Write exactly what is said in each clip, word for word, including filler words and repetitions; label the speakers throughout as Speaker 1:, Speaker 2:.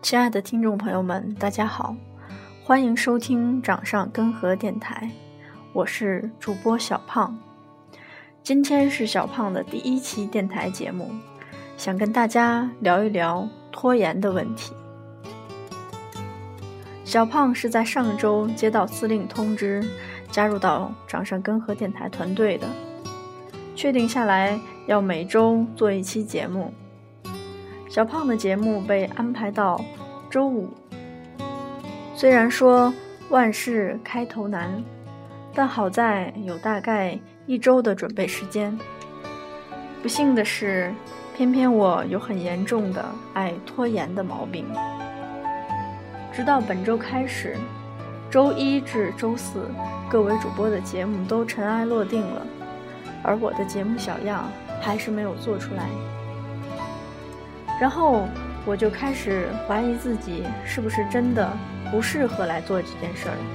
Speaker 1: 亲爱的听众朋友们，大家好，欢迎收听掌上根河电台，我是主播小胖。今天是小胖的第一期电台节目，想跟大家聊一聊拖延的问题。小胖是在上周接到司令通知，加入到掌上根河电台团队的，确定下来要每周做一期节目。小胖的节目被安排到周五，虽然说万事开头难，但好在有大概一周的准备时间。不幸的是，偏偏我有很严重的爱拖延的毛病。直到本周开始，周一至周四各位主播的节目都尘埃落定了，而我的节目小样还是没有做出来。然后我就开始怀疑自己是不是真的不适合来做这件事儿，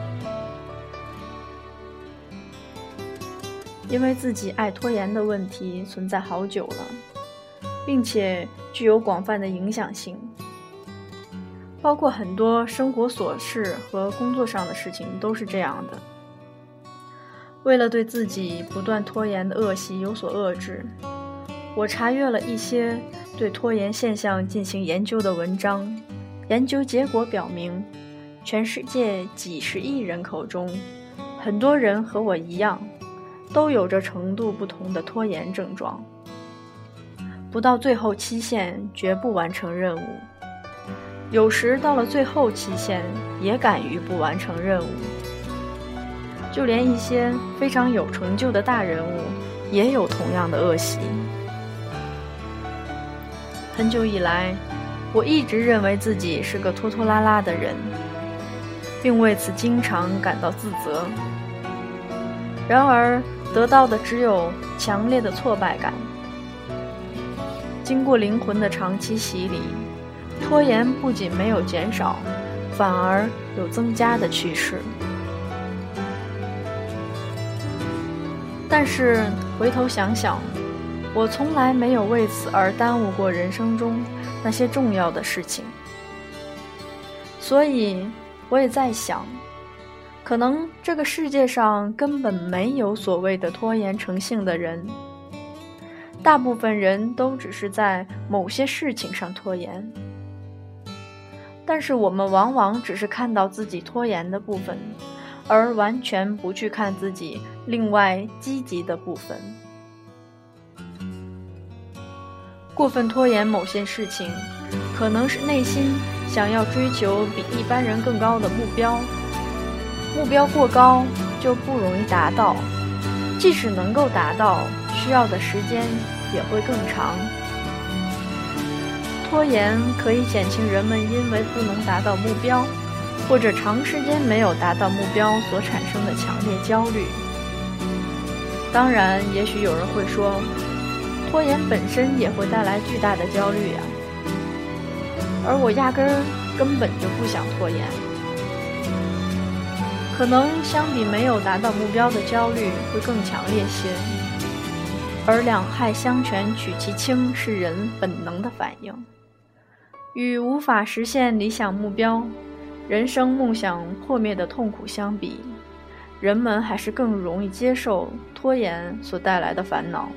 Speaker 1: 因为自己爱拖延的问题存在好久了，并且具有广泛的影响性，包括很多生活琐事和工作上的事情都是这样的。为了对自己不断拖延的恶习有所遏制，我查阅了一些对拖延现象进行研究的文章，研究结果表明，全世界几十亿人口中，很多人和我一样，都有着程度不同的拖延症状，不到最后期限绝不完成任务，有时到了最后期限也敢于不完成任务，就连一些非常有成就的大人物也有同样的恶习。很久以来，我一直认为自己是个拖拖拉拉的人，并为此经常感到自责。然而，得到的只有强烈的挫败感。经过灵魂的长期洗礼，拖延不仅没有减少，反而有增加的趋势。但是，回头想想，我从来没有为此而耽误过人生中那些重要的事情。所以我也在想，可能这个世界上根本没有所谓的拖延成性的人，大部分人都只是在某些事情上拖延。但是我们往往只是看到自己拖延的部分，而完全不去看自己另外积极的部分。过分拖延某些事情，可能是内心想要追求比一般人更高的目标，目标过高就不容易达到，即使能够达到，需要的时间也会更长。拖延可以减轻人们因为不能达到目标，或者长时间没有达到目标所产生的强烈焦虑。当然，也许有人会说，拖延本身也会带来巨大的焦虑啊，而我压根儿根本就不想拖延。可能相比没有达到目标的焦虑会更强烈些，而两害相权取其轻是人本能的反应。与无法实现理想目标、人生梦想破灭的痛苦相比，人们还是更容易接受拖延所带来的烦恼。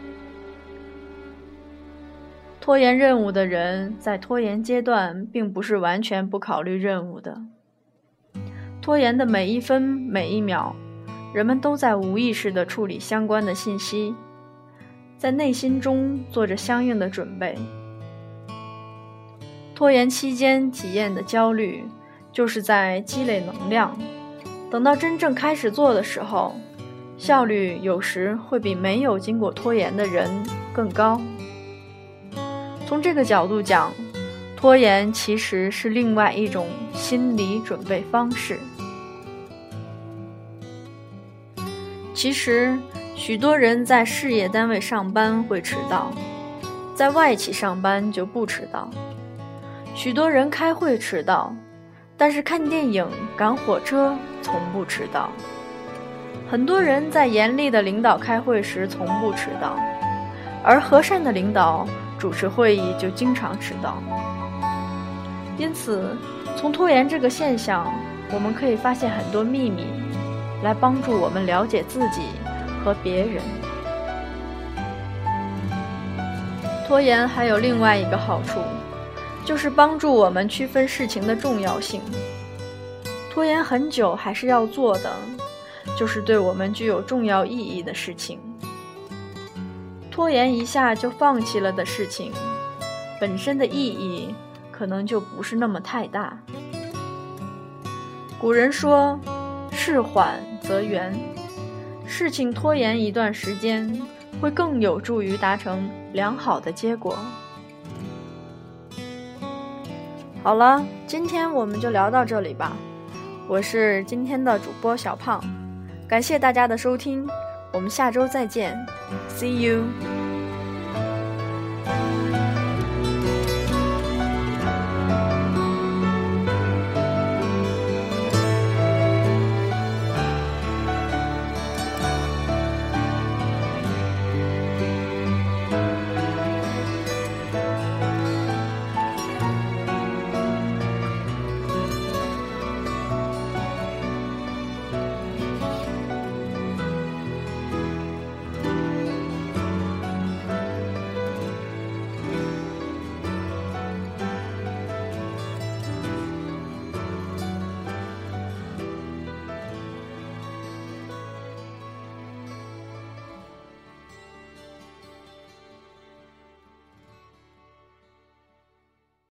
Speaker 1: 拖延任务的人在拖延阶段并不是完全不考虑任务的。拖延的每一分每一秒，人们都在无意识地处理相关的信息，在内心中做着相应的准备。拖延期间体验的焦虑，就是在积累能量，等到真正开始做的时候，效率有时会比没有经过拖延的人更高。从这个角度讲，拖延其实是另外一种心理准备方式。其实，许多人在事业单位上班会迟到，在外企上班就不迟到。许多人开会迟到，但是看电影、赶火车从不迟到。很多人在严厉的领导开会时从不迟到，而和善的领导主持会议就经常迟到。 因此，从拖延这个现象，我们可以发现很多秘密，来帮助我们了解自己和别人。拖延还有另外一个好处，就是帮助我们区分事情的重要性。拖延很久还是要做的，就是对我们具有重要意义的事情。拖延一下就放弃了的事情，本身的意义可能就不是那么太大。古人说，事缓则圆，事情拖延一段时间，会更有助于达成良好的结果。好了，今天我们就聊到这里吧。我是今天的主播小胖，感谢大家的收听，我们下周再见 ，See you。